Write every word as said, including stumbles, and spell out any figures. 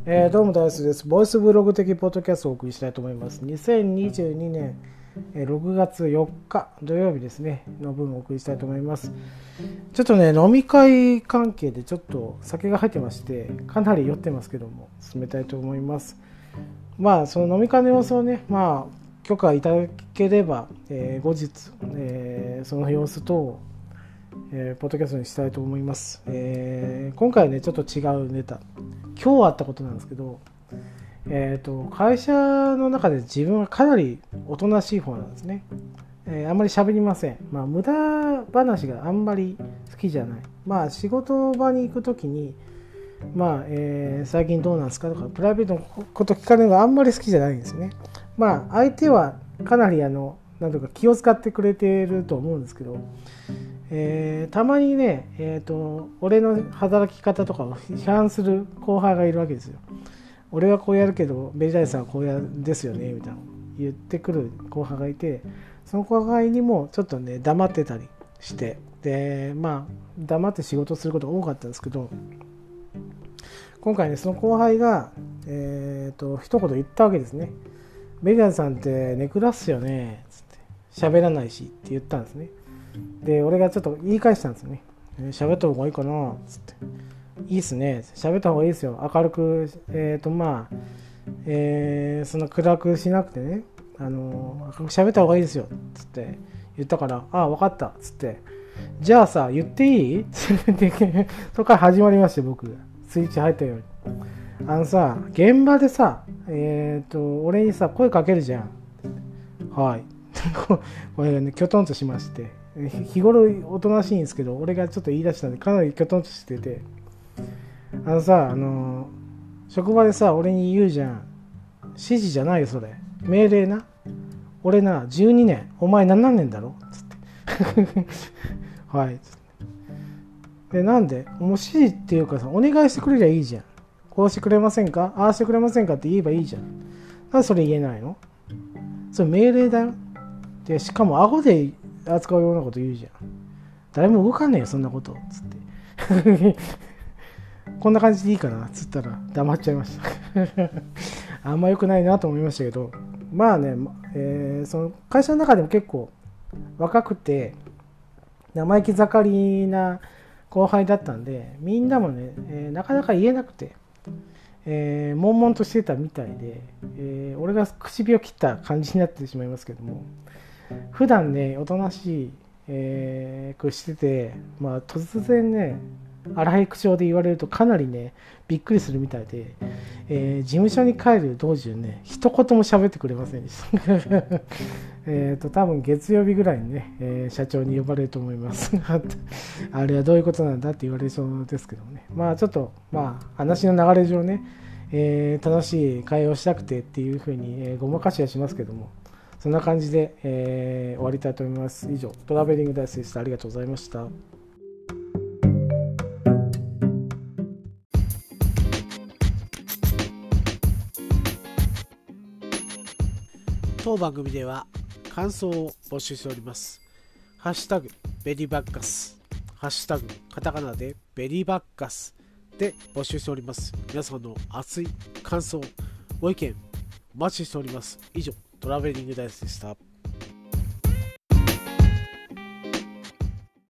えー、どうも大好です。ボイスブログ的ポッドキャストをお送りしたいと思います。にせんにじゅうにねんろくがつよっか土曜日ですねの分をお送りしたいと思います。ちょっとね飲み会関係でちょっと酒が入ってましてかなり酔ってますけども進めたいと思います。まあその飲み会の様子をねまあ許可いただければ、えー、後日、えー、その様子等えー、ポッドキャストにしたいと思います、えー、今回はねちょっと違うネタ今日あったことなんですけど、えー、と会社の中で自分はかなりおとなしい方なんですね、えー、あんまり喋りません、まあ、無駄話があんまり好きじゃない、まあ、仕事場に行くときに、まあえー、最近どうなんですかとかプライベートのこと聞かれるのがあんまり好きじゃないんですね。まあ相手はかなりあのなんとか気を使ってくれていると思うんですけど、えー、たまにね、えーと、俺の働き方とかを批判する後輩がいるわけですよ。俺はこうやるけどベリダイさんはこうやるんですよねみたいな言ってくる後輩がいて、その後輩にもちょっとね黙ってたりして、でまあ黙って仕事することが多かったんですけど、今回ねその後輩がえーと一言言ったわけですね。ベリダイさんってネクラっすよねつって喋らないしって言ったんですね。で俺がちょっと言い返したんですよね。喋った方がいいかなつって。いいっすね、喋った方がいいですよ、明るくえっ、ー、とまあ、えー、そんな暗くしなくてね、あの明るく喋った方がいいですよつって言ったから、ああ分かったつって、じゃあさ言っていいってそこから始まりまして、僕がスイッチ入ったように、あのさ現場でさえっ、ー、と俺にさ声かけるじゃん。はいこれがねきょとんとしまして、日頃おとなしいんですけど俺がちょっと言い出したんでかなりきょとんとしてて、あのさあの職場でさ俺に言うじゃん、指示じゃないよそれ命令な、俺なじゅうにねんお前ななねんだろつってはいで、なんでもう指示っていうかさお願いしてくれりゃいいじゃん、こうしてくれませんかああしてくれませんかって言えばいいじゃん、なんでそれ言えないの、それ命令だよ。でしかも顎で扱うようなこと言うじゃん、誰も動かねえよそんなことつってこんな感じでいいかなっつったら黙っちゃいましたあんま良くないなと思いましたけど、まあね、えー、その会社の中でも結構若くて生意気盛りな後輩だったんで、みんなもね、えー、なかなか言えなくて、えー、悶々としてたみたいで、えー、俺が唇を切った感じになってしまいますけども、普段ねおとなしい、えー、くしてて、まあ、突然ね荒い口調で言われるとかなりねびっくりするみたいで、えー、事務所に帰る道中ね一言も喋ってくれませんでしたえと多分月曜日ぐらいにね、えー、社長に呼ばれると思いますあれはどういうことなんだって言われそうですけどね、まあちょっとまあ話の流れ上ね、えー、楽しい会話をしたくてっていうふうに、えー、ごまかしはしますけども、そんな感じで、えー、終わりたいと思います。以上トラベリングダイスでした。ありがとうございました。 当番組では感想を募集しております。ハッシュタグベリーバッカス、ハッシュタグカタカナでベリーバッカスで募集しております。皆さんの熱い感想ご意見お待ちしております。以上トラベリングダイスでした。